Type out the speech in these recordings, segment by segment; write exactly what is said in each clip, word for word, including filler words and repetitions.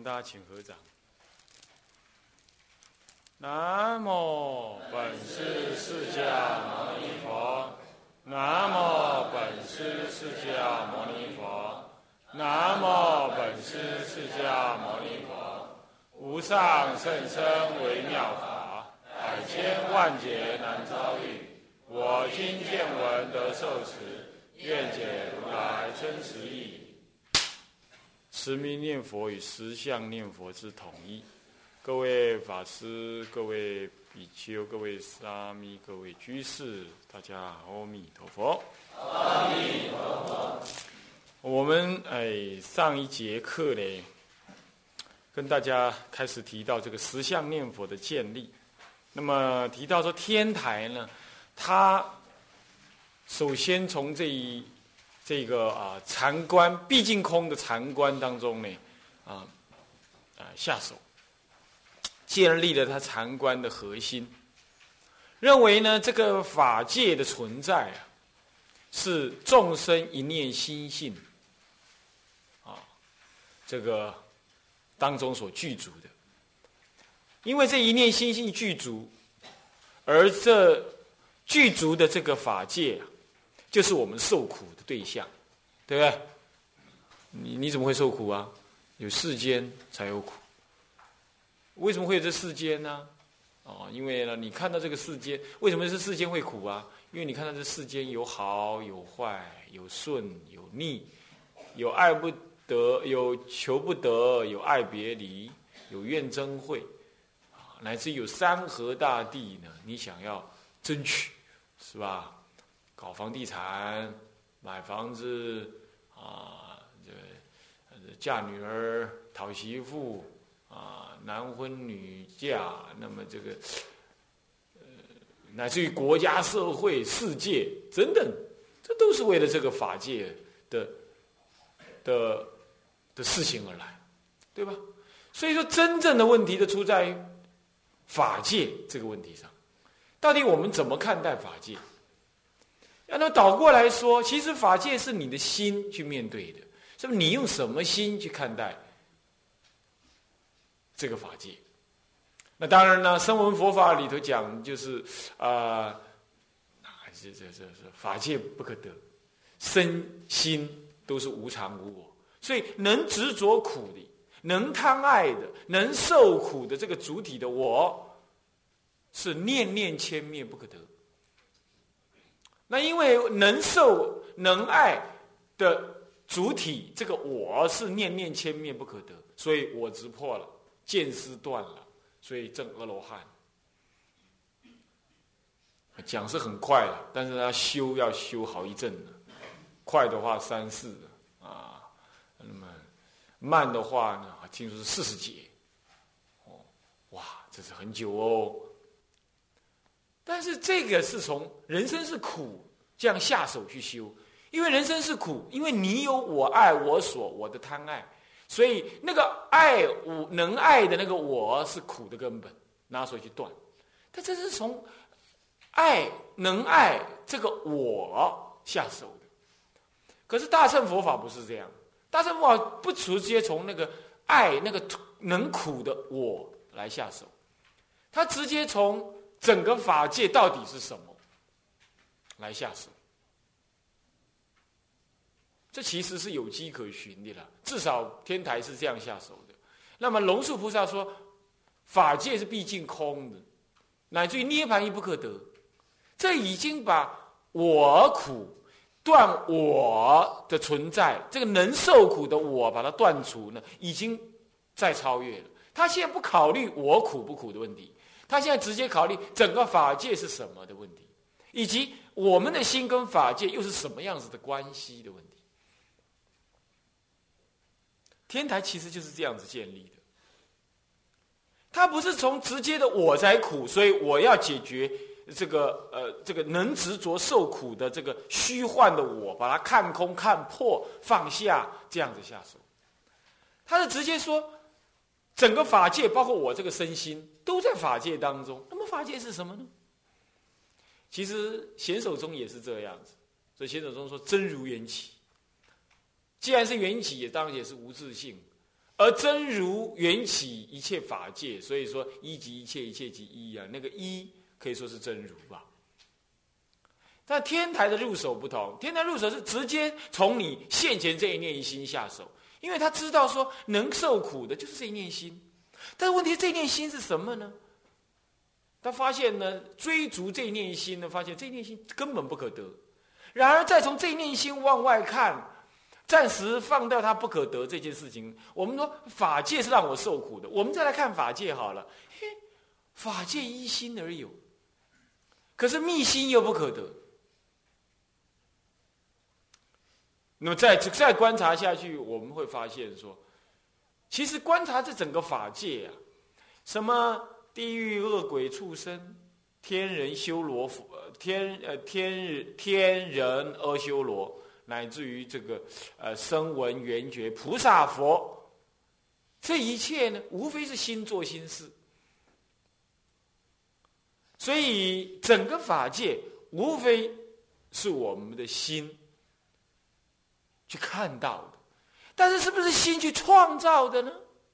们大家请合掌。南无本师释迦牟尼佛，南无本师释迦牟尼佛，南无本师释迦牟尼佛。无上甚深微妙法，百千万劫难遭遇。我今见闻得受持，愿解如来真实义。持名念佛与实相念佛之统一。各位法师、各位比丘、各位沙弥、各位居士，大家阿弥陀佛。 阿弥陀佛。 我们哎上一节课呢，跟大家开始提到这个实相念佛的建立。那么提到说天台呢，它首先从这一这个啊禅观毕竟空的禅观当中呢，啊啊下手。建立了他禅观的核心，认为呢，这个法界的存在啊，是众生一念心性啊，这个当中所具足的。因为这一念心性具足，而这具足的这个法界啊，就是我们受苦的对象，对不对？你你怎么会受苦啊？有世间才有苦。为什么会有这世间呢？哦，因为呢，你看到这个世间，为什么是世间会苦啊？因为你看到这世间有好有坏，有顺有逆，有爱不得，有求不得，有爱别离，有怨憎会，啊，乃至有山河大地呢，你想要争取，是吧？搞房地产，买房子啊，这嫁女儿，讨媳妇。啊，男婚女嫁，那么这个，呃，乃至于国家、社会、世界等等，这都是为了这个法界的的的事情而来，对吧？所以说，真正的问题就出在于法界这个问题上，到底我们怎么看待法界？那么倒过来说，其实法界是你的心去面对的，是不是？你用什么心去看待这个法界？那当然呢，声闻佛法里头讲就是啊，这这这这法界不可得，身心都是无常无我，所以能执着苦的，能贪爱的，能受苦的这个主体的我，是念念迁灭不可得。那因为能受能爱的主体这个我是念念迁灭不可得，所以我执破了。见思断了，所以证阿罗汉。讲是很快了，但是他修要修好一阵了。快的话三四啊，那么慢的话呢，听说是四十节。哦，哇，这是很久哦。但是这个是从人生是苦这样下手去修，因为人生是苦，因为你有我爱我所我的贪爱。所以那个爱我能爱的那个我是苦的根本，拿手去断。但这是从爱能爱这个我下手的。可是大乘佛法不是这样，大乘佛法不直接从那个爱那个能苦的我来下手，他直接从整个法界到底是什么来下手。这其实是有迹可循的啦，至少天台是这样下手的。那么龙树菩萨说，法界是毕竟空的，乃至于涅槃亦不可得。这已经把我苦断我的存在，这个能受苦的我把它断除呢，已经再超越了。他现在不考虑我苦不苦的问题，他现在直接考虑整个法界是什么的问题，以及我们的心跟法界又是什么样子的关系的问题。天台其实就是这样子建立的，它不是从直接的我在苦，所以我要解决这个呃这个能执着受苦的这个虚幻的我，把它看空、看破、放下，这样子下手。他是直接说，整个法界，包括我这个身心，都在法界当中。那么法界是什么呢？其实显手中也是这样子，所以显手中说真如缘起。既然是缘起，也当然也是无自性，而而真如缘起一切法界，所以说一即一切，一切即一啊，那个一可以说是真如吧。但天台的入手不同，天台入手是直接从你现前这一念心下手，因为他知道说能受苦的就是这一念心，但是问题是这一念心是什么呢？他发现呢，追逐这一念心呢，发现这一念心根本不可得。然而再从这一念心往外看，暂时放掉它不可得这件事情。我们说法界是让我受苦的，我们再来看法界好了。嘿，法界依心而有，可是密心又不可得。那么再再观察下去，我们会发现说，其实观察这整个法界啊，什么地狱恶鬼畜生、天人修罗、天呃天天人阿修罗，乃至于这个呃声闻缘觉菩萨佛，这一切呢，无非是心做心事。所以整个法界无非是我们的心去看到的，但是是不是心去创造的呢？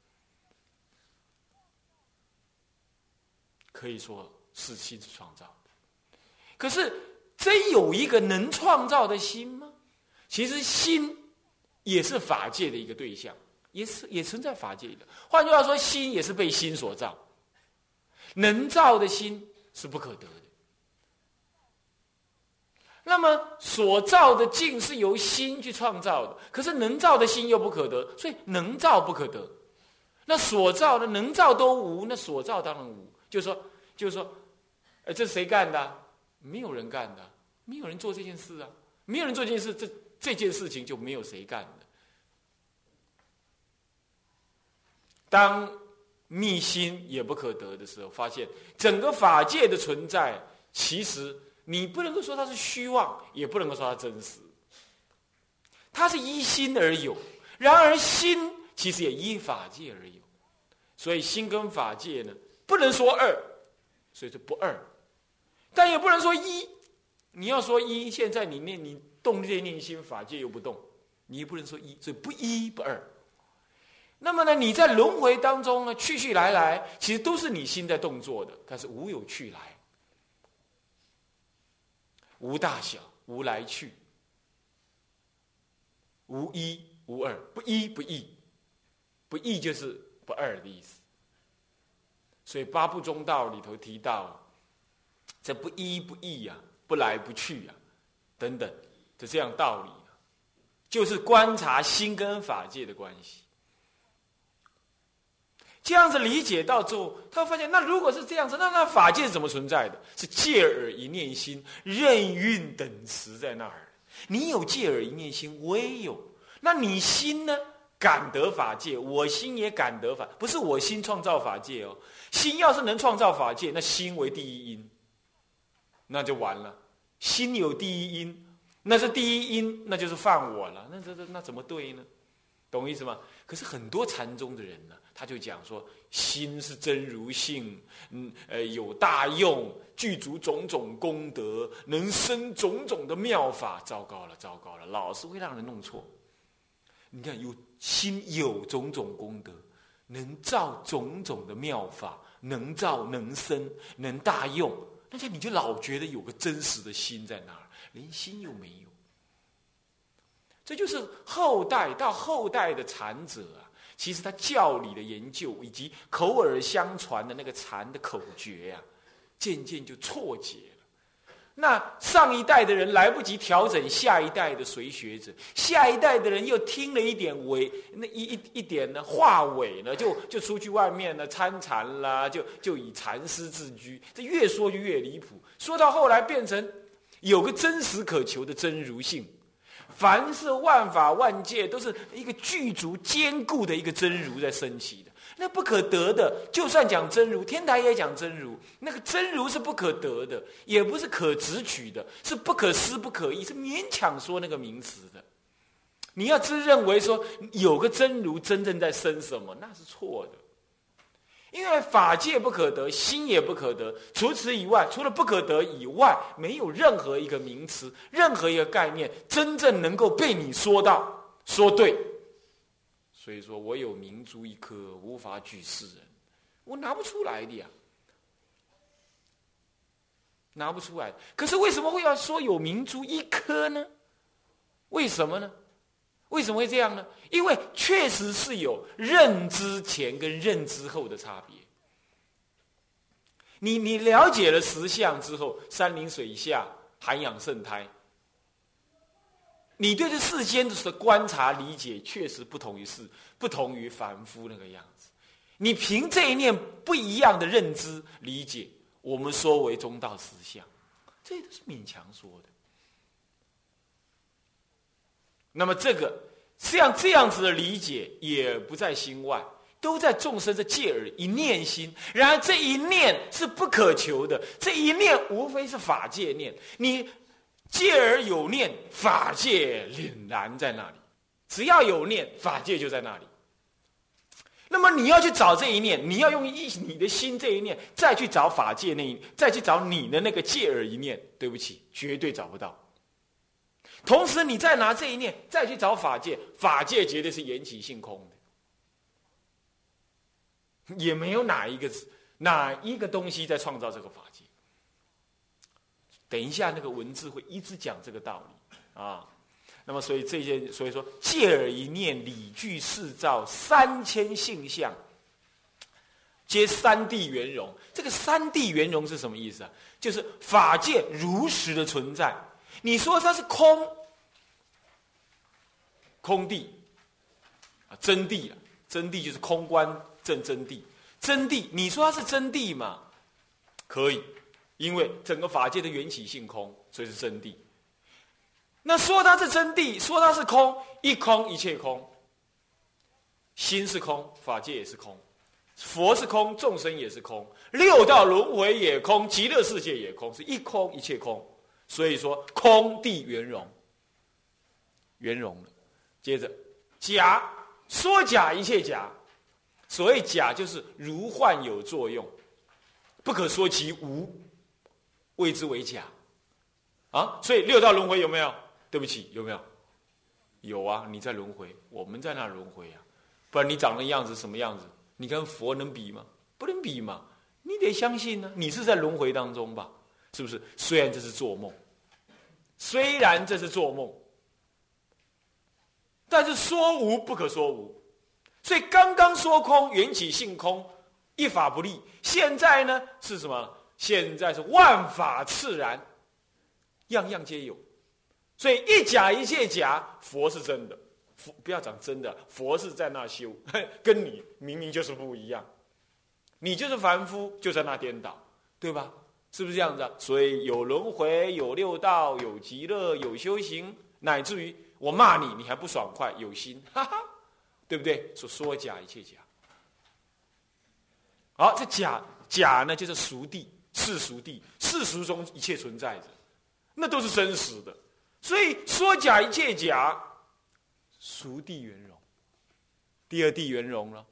可以说是心创造的。可是真有一个能创造的心吗？其实心也是法界的一个对象，也是也存在法界的。换句话说，心也是被心所造，能造的心是不可得的。那么所造的境是由心去创造的，可是能造的心又不可得，所以能造不可得。那所造的能造都无，那所造当然无。就是说，就是说，呃，这是谁干的啊？没有人干的啊，没有人做这件事啊，没有人做这件事，这这件事情就没有谁干的。当密心也不可得的时候，发现整个法界的存在，其实你不能够说它是虚妄，也不能够说它真实。它是依心而有，然而心其实也依法界而有。所以心跟法界呢，不能说二，所以就不二，但也不能说一。你要说一，现在你念你动这念心，法界又不动，你也不能说一，所以不一不二。那么呢，你在轮回当中呢，去去来来，其实都是你心在动作的，但是无有去来，无大小，无来去，无一无二，不一不异，不异就是不二的意思。所以八部中道里头提到，这不一不异啊，不来不去啊，等等的这样道理啊，就是观察心跟法界的关系。这样子理解到之后，他会发现，那如果是这样子，那那法界是怎么存在的？是借耳一念心，任运等持在那儿。你有借耳一念心，我也有。那你心呢？感得法界，我心也感得法，不是我心创造法界哦。心要是能创造法界，那心为第一因，那就完了。心有第一因，那是第一因，那就是犯我了。那这这那怎么对呢？懂意思吗？可是很多禅宗的人呢，他就讲说，心是真如性，嗯，呃，有大用，具足种种功德，能生种种的妙法。糟糕了，糟糕了，老是会让人弄错。你看，有心有种种功德，能造种种的妙法，能造能生，能大用，那就你就老觉得有个真实的心在那儿，连心又没有。这就是后代到后代的禅者啊，其实他教理的研究以及口耳相传的那个禅的口诀啊，渐渐就错解了。那上一代的人来不及调整下一代的随学者，下一代的人又听了一点伪那一一一点呢话伪呢，就就出去外面呢参禅啦，就就以禅师自居，这越说就越离谱。说到后来变成有个真实可求的真如性，凡是万法万界都是一个具足坚固的一个真如在升起的。那不可得的，就算讲真如，天台也讲真如，那个真如是不可得的，也不是可直取的，是不可思不可议，是勉强说那个名词的。你要自认为说有个真如真正在生什么，那是错的。因为法界不可得，心也不可得，除此以外，除了不可得以外，没有任何一个名词，任何一个概念真正能够被你说到说对。 所以说我有明珠一颗，无法举世人，我拿不出来的呀，拿不出来。可是为什么会要说有明珠一颗呢？为什么呢？为什么会这样呢？因为确实是有认知前跟认知后的差别。你你了解了实相之后，山林水下，涵养圣胎，你对这世间的观察理解确实不同于世，不同于凡夫那个样子。你凭这一念不一样的认知理解，我们说为中道实相，这都是勉强说的。那么这个像这样子的理解也不在心外，都在众生的戒耳一念心。然而这一念是不可求的，这一念无非是法界念。你戒耳有念，法界凛然在那里。只要有念，法界就在那里。那么你要去找这一念，你要用一你的心这一念，再去找法界那一，再去找你的那个戒耳一念，对不起，绝对找不到。同时，你再拿这一念再去找法界，法界绝对是缘起性空的，也没有哪一个哪一个东西在创造这个法界。等一下，那个文字会一直讲这个道理啊。那么，所以这些，所以说，戒耳一念，理具四照，三千性相，皆三谛圆融。这个三谛圆融是什么意思啊？就是法界如实的存在。你说它是空，空谛啊，真谛啊，真谛就是空观正真谛，真谛。你说它是真谛嘛？可以，因为整个法界的缘起性空，所以是真谛。那说它是真谛，说它是空，一空一切空，心是空，法界也是空，佛是空，众生也是空，六道轮回也空，极乐世界也空，是一空一切空。所以说空谛圆融，圆融了。接着假，说假一切假。所谓假，就是如幻有作用，不可说其无，谓之为假啊。所以六道轮回有没有？对不起，有没有？有啊，你在轮回，我们在那轮回啊。不然你长的样子什么样子？你跟佛能比吗？不能比嘛。你得相信呢、啊，你是在轮回当中吧？是不是？虽然这是做梦，虽然这是做梦，但是说无不可说无。所以刚刚说空，缘起性空，一法不立。现在呢是什么？现在是万法自然，样样皆有。所以一假一切假，佛是真的，佛不要讲真的，佛是在那修，跟你明明就是不一样。你就是凡夫，就在那颠倒，对吧？是不是这样子啊？所以有轮回，有六道，有极乐，有修行，乃至于我骂你，你还不爽快，有心，哈哈，对不对？说说假一切假。好，这假假呢，就是俗谛，世俗谛，世俗中一切存在着，那都是真实的。所以说假一切假，俗谛圆融。第二谛圆融了。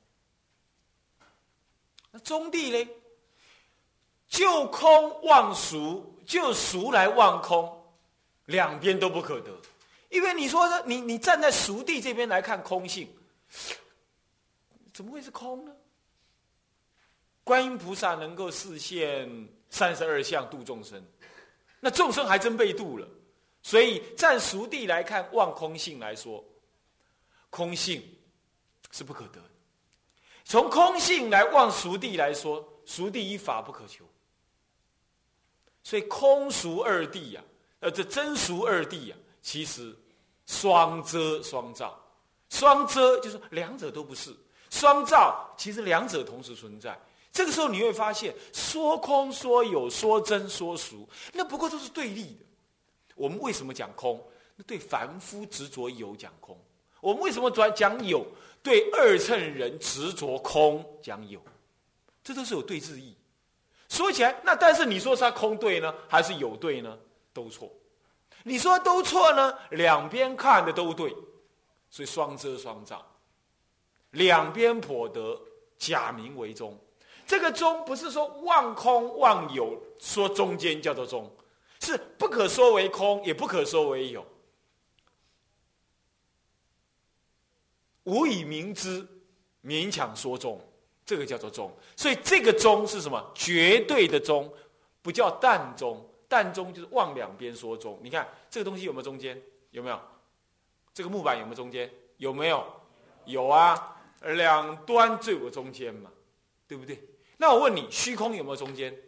那中谛呢？就空忘俗，就俗来忘空，两边都不可得。因为你说你你站在俗谛这边来看空性，怎么会是空呢？观音菩萨能够示现三十二相度众生，那众生还真被度了。所以站俗谛来看望空性来说，空性是不可得的。从空性来望俗谛来说，俗谛一法不可求。所以空俗二谛呀、啊，呃，这真俗二谛呀、啊，其实双遮双照。双遮就是两者都不是，双照其实两者同时存在。这个时候你会发现，说空说有，说真说俗，那不过都是对立的。我们为什么讲空？那对凡夫执着有讲空。我们为什么讲有？对二乘人执着空讲有，这都是有对峙意。说起来，那但是你说是他空对呢，还是有对呢？都错。你说都错呢，两边看的都对，所以双遮双照，两边颇得，假名为中。这个中不是说忘空忘有，说中间叫做中，是不可说为空，也不可说为有。 无以明之，勉强说中，这个叫做中。所以这个中是什么？绝对的中，不叫淡中。淡中就是望两边说中。你看这个东西有没有中间？有没有？这个木板有没有中间？有没有？有啊，两端就有中间嘛，对不对？那我问你，虚空有没有中间？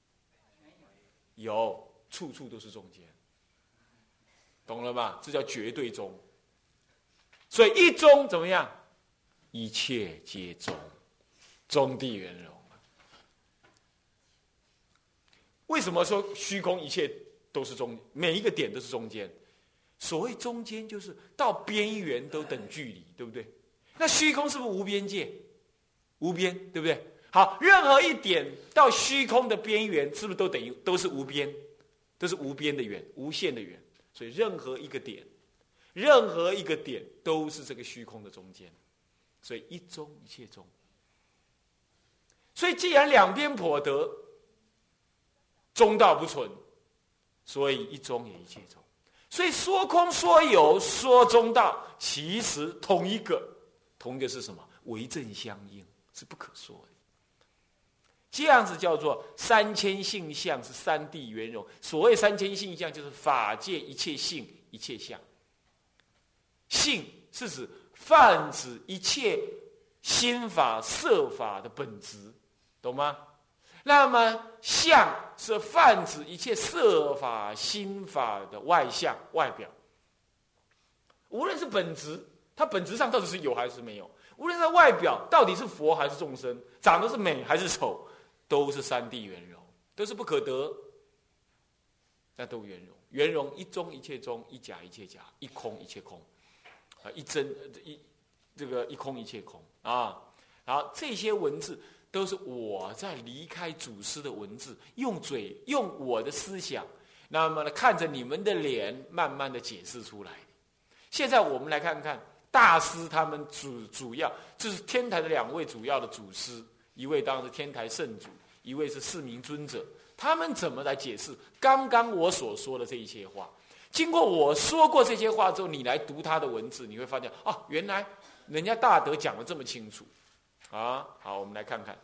有，处处都是中间，懂了吧？这叫绝对中。所以一中怎么样？一切皆中，中地圆融。为什么说虚空一切都是中，每一个点都是中间？所谓中间，就是到边缘都等距离，对不对？那虚空是不是无边界？无边，对不对？好，任何一点到虚空的边缘，是不是都等于都是无边，都是无边的圆，无限的圆？所以任何一个点，任何一个点都是这个虚空的中间。所以一中一切中。所以既然两边颇得，中道不存，所以一中也一切中。所以说空说有说中道，其实同一个，同一个是什么？为正相应，是不可说的。这样子叫做三千性相，是三谛圆融。所谓三千性相，就是法界一切性一切相。性是指泛指一切心法色法的本质，懂吗？那么相是泛指一切色法心法的外相外表。无论是本质，它本质上到底是有还是没有；无论它外表到底是佛还是众生，长得是美还是丑，都是三谛圆融，都是不可得，那都圆融。圆融一中一切中，一假一切假，一空一切空，啊，一真一这个一空一切空啊。然后这些文字都是我在离开祖师的文字，用嘴用我的思想，那么呢看着你们的脸，慢慢的解释出来。现在我们来看看大师他们主主要就是天台的两位主要的祖师，一位当然是天台圣祖，一位是四明尊者，他们怎么来解释刚刚我所说的这一些话？经过我说过这些话之后，你来读他的文字，你会发现啊，原来人家大德讲得这么清楚啊。好，我们来看看，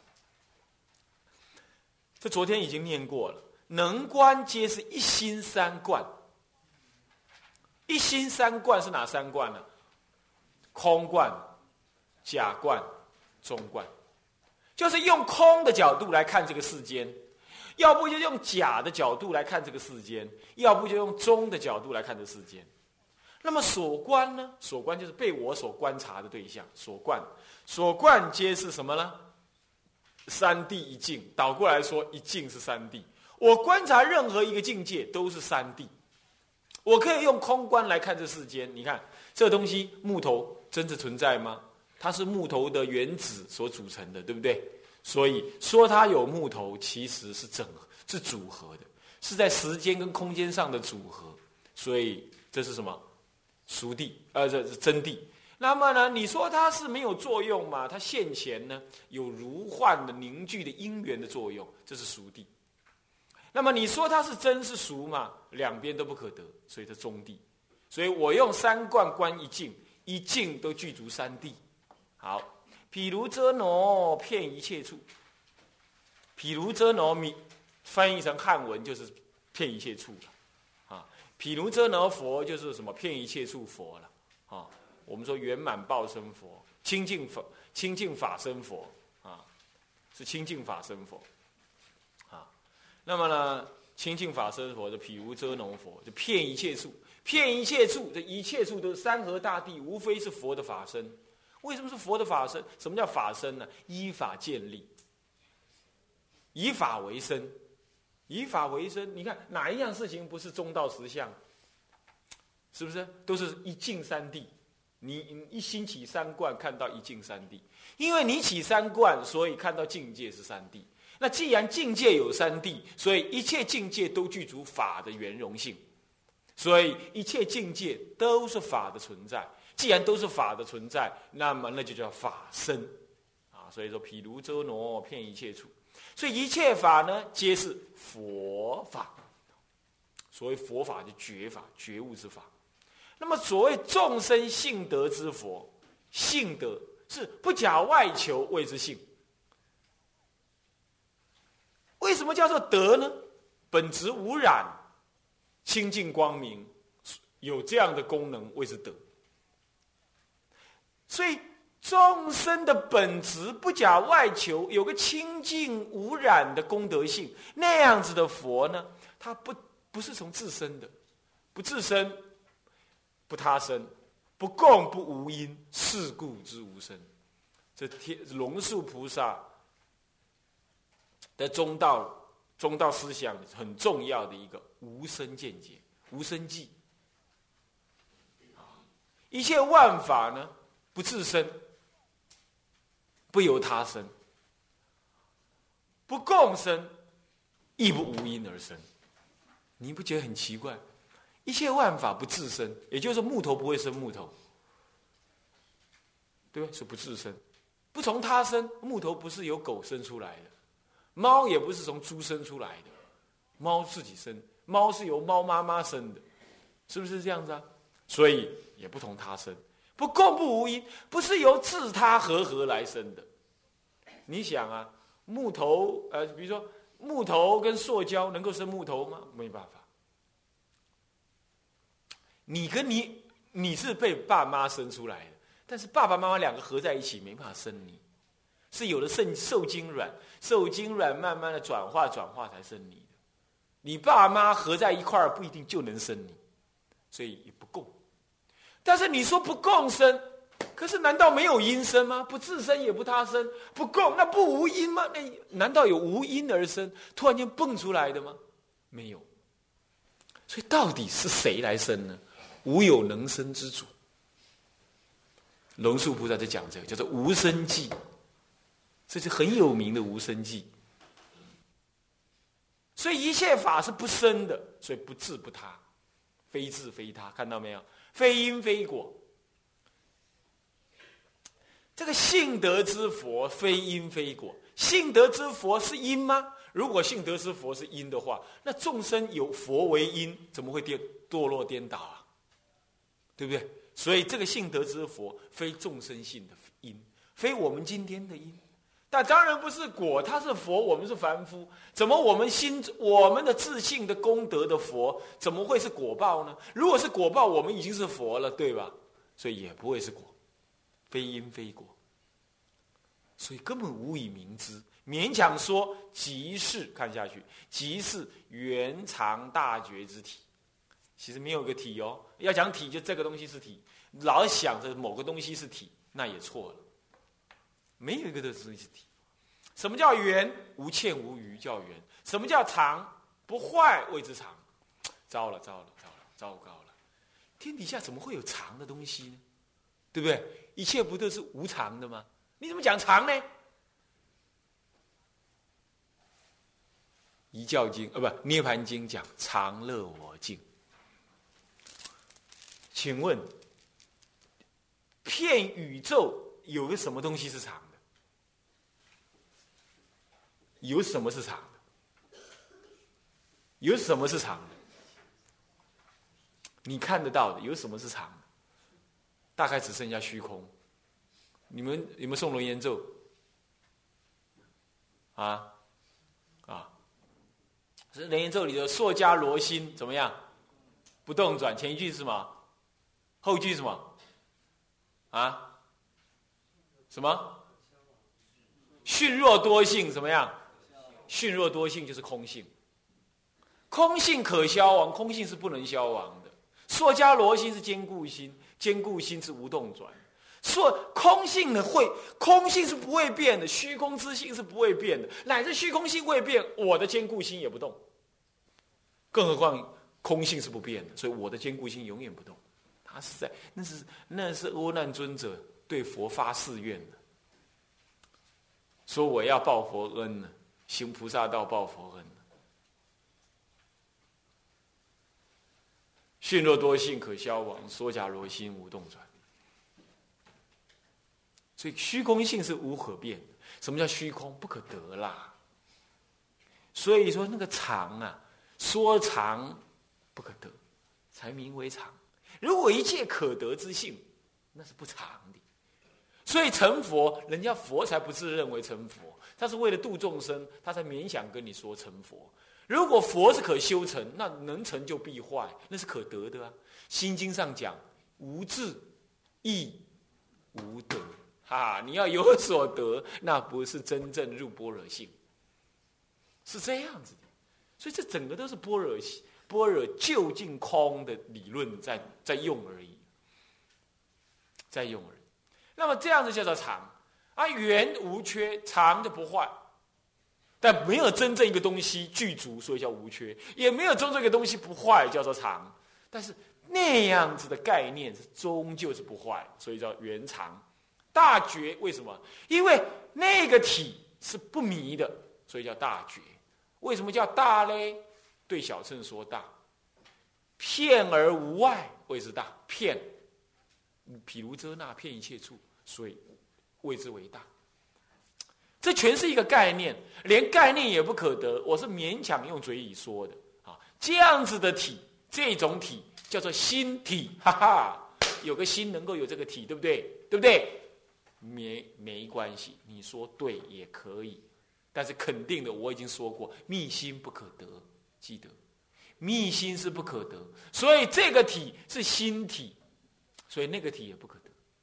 这昨天已经念过了，能观皆是一心三观。一心三观是哪三观呢？空观、假观、中观，就是用空的角度来看这个世间，要不就用假的角度来看这个世间，要不就用中的角度来看这个世间。那么所观呢？所观就是被我所观察的对象，所观，所观皆是什么呢？三谛一境。倒过来说，一境是三谛。我观察任何一个境界都是三谛。我可以用空观来看这世间，你看这东西，木头真的存在吗？它是木头的原子所组成的，对不对？所以说它有木头，其实是整合，是组合的，是在时间跟空间上的组合。所以这是什么？熟谛，呃，这是真谛。那么呢，你说它是没有作用吗？它现前呢，有如幻的凝聚的因缘的作用，这是熟谛。那么你说它是真是俗嘛？两边都不可得，所以它中谛。所以我用三观观一境，一境都具足三谛。好，譬如遮挪，遍一切处。譬如遮挪，翻译成汉文就是遍一切处了啊。譬如遮挪佛就是什么？遍一切处佛了啊。我们说圆满报身佛，清净法清净法身佛啊，是清净法身佛。那么呢，清净法身佛就譬如遮挪佛，就遍一切处，遍一切处，这一切处都是山河大地，无非是佛的法身。为什么是佛的法身？什么叫法身呢？依法建立，以法为身，以法为身。你看哪一样事情不是中道实相？是不是都是一境三谛？你一心起三观，看到一境三谛，因为你起三观，所以看到境界是三谛。那既然境界有三谛，所以一切境界都具足法的圆融性，所以一切境界都是法的存在。既然都是法的存在，那么那就叫法身啊。所以说，譬如遮挪，遍一切处。所以一切法呢，皆是佛法。所谓佛法，就觉法，觉悟之法。那么所谓众生性德之佛， 性德是不假外求谓之性。为什么叫做德呢？本质无染，清净光明，有这样的功能谓之德。所以众生的本质不假外求，有个清净无染的功德性，那样子的佛呢，他不不是从自身的，不自身，不他生，不共不无因，是故之无生。这天龙树菩萨的中道中道思想很重要的一个无生见解，无生寂。一切万法呢，不自生，不由他生，不共生，亦不无因而生。你不觉得很奇怪？一切万法不自生，也就是说木头不会生木头，对不对？是不自生，不从他生。木头不是由狗生出来的，猫也不是从猪生出来的，猫自己生，猫是由猫妈妈生的，是不是这样子啊？所以也不同他生，不共不无因，不是由自他和合来生的。你想啊，木头呃，比如说木头跟塑胶能够生木头吗？没办法。你跟你你是被爸妈生出来的，但是爸爸妈妈两个合在一起没办法生你，是有了受受精卵，受精卵慢慢的转化转化才生你的。你爸妈合在一块儿不一定就能生你，所以也不共。但是你说不共生，可是难道没有因生吗？不自生也不他生，不共，那不无因吗？那难道有无因而生突然间蹦出来的吗？没有。所以到底是谁来生呢？无有能生之主。龙树菩萨在讲这个叫做无生寂，这是很有名的无生寂。所以一切法是不生的，所以不自不他，非自非他，看到没有？非因非果。这个性德之佛非因非果，性德之佛是因吗？如果性德之佛是因的话，那众生有佛为因，怎么会颠堕落颠倒啊？对不对？所以这个性德之佛非众生性的因，非我们今天的因。但当然不是果，他是佛，我们是凡夫，怎么我们心我们的自信的功德的佛，怎么会是果报呢？如果是果报，我们已经是佛了，对吧？所以也不会是果，非因非果，所以根本无以明之。勉强说即是，看下去，即是圆常大觉之体。其实没有一个体哦，要讲体就这个东西是体，老想着某个东西是体，那也错了。没有一个东西是体。什么叫圆？无欠无余叫圆。什么叫常？不坏谓之常。糟了糟了糟了糟糕了！天底下怎么会有常的东西呢？对不对？一切不都是无常的吗？你怎么讲常呢？一教经啊，不，涅盘经讲常乐我净。请问，遍宇宙有个什么东西是常的？有什么是常的？有什么是常的？你看得到的有什么是常的？大概只剩下虚空。你们有没有诵轮言咒？啊啊！是轮言咒里的硕迦罗心怎么样？不动转。前一句是什么？后句是什么？啊？什么？训若多性怎么样？训若多性就是空性。空性可消亡，空性是不能消亡的。硕迦罗心是坚固心，坚固心是无动转。说空性呢会，空性是不会变的，虚空之性是不会变的，乃至虚空性会变，我的坚固心也不动。更何况空性是不变的，所以我的坚固心永远不动。他是在那是那是阿难尊者对佛发誓愿的，说我要报佛恩呢，行菩萨道报佛恩。训若多性可消亡，说假罗心无动转。所以虚空性是无可变的。什么叫虚空？不可得啦。所以说那个常啊，说常不可得，才名为常。如果一切可得之性，那是不常的。 所以成佛，人家佛才不自认为成佛，他是为了度众生，他才勉强跟你说成佛。如果佛是可修成，那能成就必坏，那是可得的啊。心经上讲，无智亦无得，哈，你要有所得，那不是真正入般若性，是这样子的。所以这整个都是般若般若究竟空的理论在在用而已，在用而已。那么这样子叫做常啊，圆无缺，常就不坏。但没有真正一个东西具足，所以叫无缺；也没有真正一个东西不坏，叫做常。但是那样子的概念是终究是不坏，所以叫圆常。大觉为什么？因为那个体是不迷的，所以叫大觉。为什么叫大嘞？对小乘说大，遍而无外，谓之大。遍，譬如遮那，遍一切处，所以谓之为大。这全是一个概念，连概念也不可得，我是勉强用嘴里说的啊。这样子的体，这种体叫做心体，哈哈，有个心能够有这个体，对不对？对不对？没没关系，你说对也可以，但是肯定的，我已经说过，密心不可得，记得，密心是不可得，所以这个体是心体，所以那个体也不可得。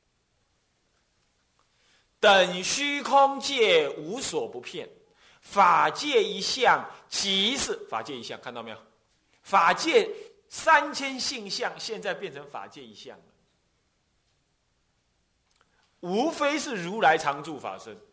等虚空界无所不遍，法界一相即是法界一相，看到没有？法界三千性相，现在变成法界一相了，无非是如来常住法身，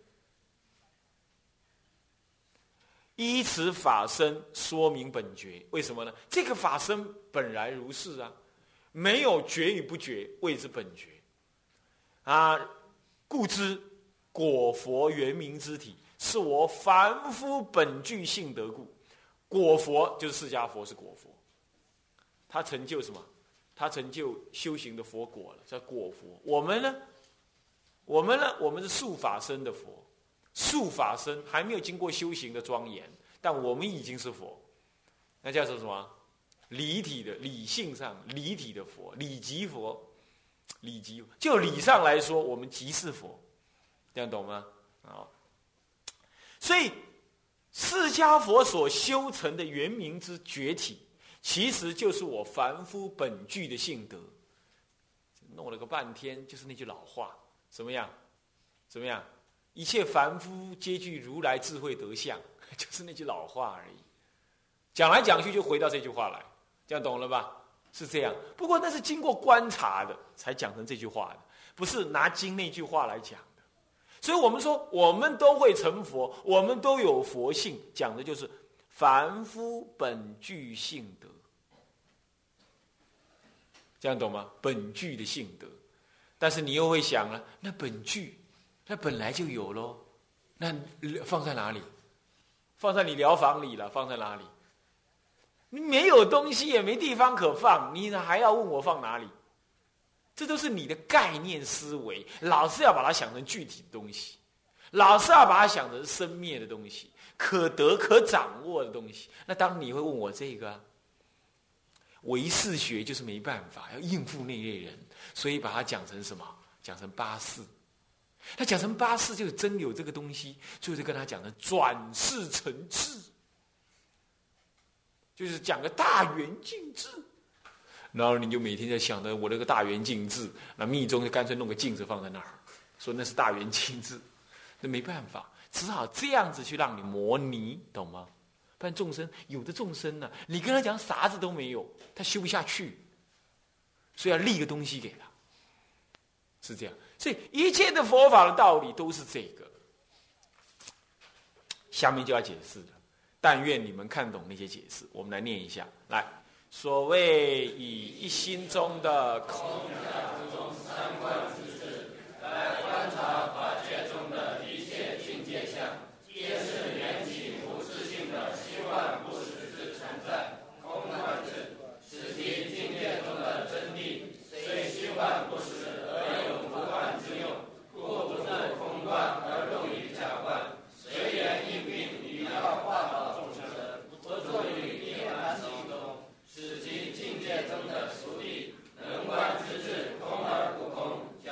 依此法身说明本觉。为什么呢？这个法身本来如是啊，没有觉与不觉，谓之本觉啊，故知果佛圆明之体，是我凡夫本具性德故。果佛就是释迦佛，是果佛，他成就什么？他成就修行的佛果了，叫果佛。我们呢？我们呢？我们是素法身的佛，素法身还没有经过修行的庄严，但我们已经是佛，那叫做什么？理体的，理性上理体的佛，理即佛，理即就理上来说，我们即是佛。这样懂吗？啊，所以释迦佛所修成的圆明之觉体，其实就是我凡夫本具的性德。弄了个半天，就是那句老话，怎么样？怎么样？一切凡夫皆具如来智慧德相，就是那句老话而已。讲来讲去就回到这句话来，这样懂了吧？是这样。不过那是经过观察的，才讲成这句话的，不是拿经那句话来讲。所以我们说，我们都会成佛，我们都有佛性，讲的就是凡夫本具性德，这样懂吗？本具的性德，但是你又会想了，那本具，那本来就有咯，那放在哪里？放在你疗房里了，放在哪里？你没有东西，也没地方可放，你还要问我放哪里？这都是你的概念思维，老是要把它想成具体的东西，老是要把它想成生灭的东西，可得可掌握的东西。那当你会问我这个、啊，唯识学就是没办法，要应付那类人，所以把它讲成什么？讲成八识。他讲成八识，就是真有这个东西，所以就跟他讲成转世成智，就是讲个大圆镜智。然后你就每天在想着我那个大圆镜智，那密宗就干脆弄个镜子放在那儿，说那是大圆镜智，那没办法，只好这样子去让你模拟，懂吗？不然众生有的众生呢、啊，你跟他讲啥子都没有，他修不下去，所以要立个东西给他，是这样。所以一切的佛法的道理都是这个，下面就要解释了。但愿你们看懂那些解释，我们来念一下，来。所谓以一心中的空中三观之智来观察法界中的一切境界相，皆是缘起无自性的虚幻不实之存在。空观智，使其境界中的真谛虽虚幻不实，而有不幻之用，故不是空观而入于假观，随缘应病以要化导众生，不作于涅槃行中。使其境界中的熟谛能观之智空而不空，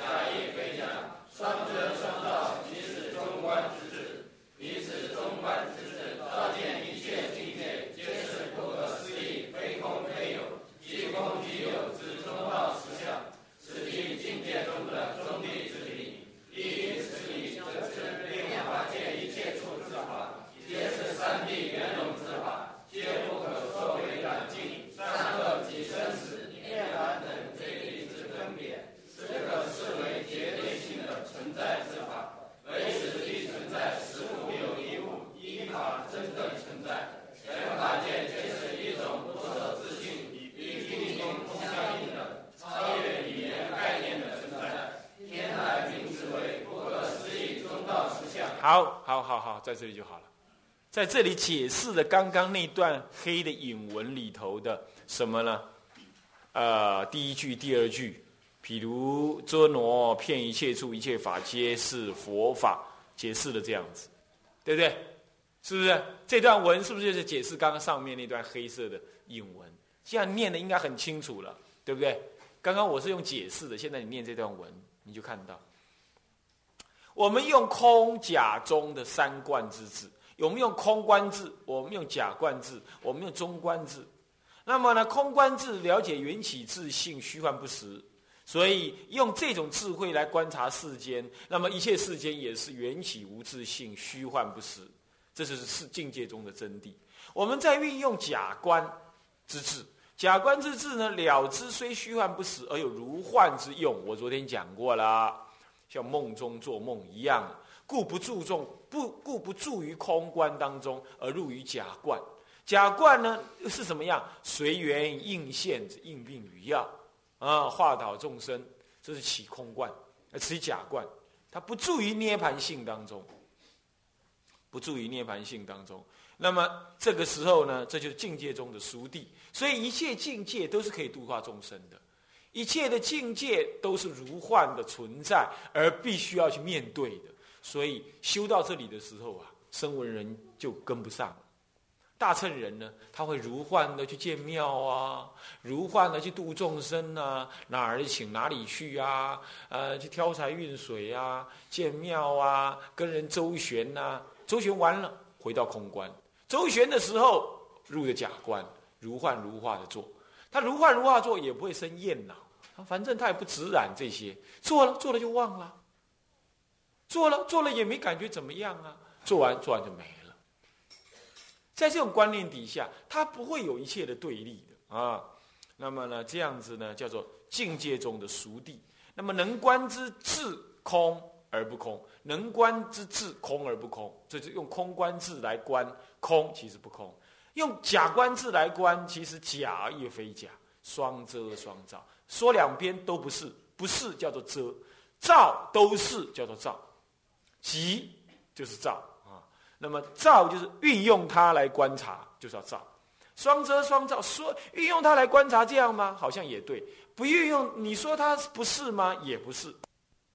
好，好，好，好，在这里就好了。在这里解释了刚刚那段黑的引文里头的什么呢？呃，第一句、第二句，譬如遮挪骗一切处一切法皆是佛法，解释了这样子，对不对？是不是？这段文是不是就是解释刚刚上面那段黑色的引文？这样念的应该很清楚了，对不对？刚刚我是用解释的，现在你念这段文，你就看到，我们用空假中的三观之治，我们用空观治，我们用假观治，我们用中观治。那么呢，空观治了解缘起自性，虚幻不实，所以用这种智慧来观察世间，那么一切世间也是缘起无自性，虚幻不实，这就是是境界中的真谛。我们在运用假观之治，假观之治呢，了知虽虚幻不实，而有如幻之用。我昨天讲过啦，像梦中做梦一样，故不注重不故不注于空观当中，而入于假观。假观呢是什么样？随缘应现，应病与药啊，化导众生，这是起空观，而起假观，它不注于涅盘性当中，不注于涅盘性当中。那么这个时候呢，这就是境界中的熟谛。所以一切境界都是可以度化众生的，一切的境界都是如幻的存在，而必须要去面对的。所以修到这里的时候啊，声闻人就跟不上了。大乘人呢，他会如幻的去建庙啊，如幻的去度众生啊，哪儿请哪里去啊，呃，去挑柴运水啊，建庙啊，跟人周旋啊，周旋完了回到空观，周旋的时候入的假观，如幻如化的做。他如幻如化做也不会生厌恼，反正他也不执染这些，做了做了就忘了，做了做了也没感觉怎么样啊，做完做完就没了。在这种观念底下，它不会有一切的对立的啊。那么呢，这样子呢，叫做境界中的熟谛。那么能观之智空而不空，能观之智空而不空，这就用空观智来观空，其实不空；用假观智来观，其实假也非假，双遮双照，说两边都不是，不是叫做遮，照都是叫做照，即就是照。那么照就是运用它来观察，就是要照。双遮双照，说运用它来观察这样吗？好像也对。不运用，你说它不是吗？也不是。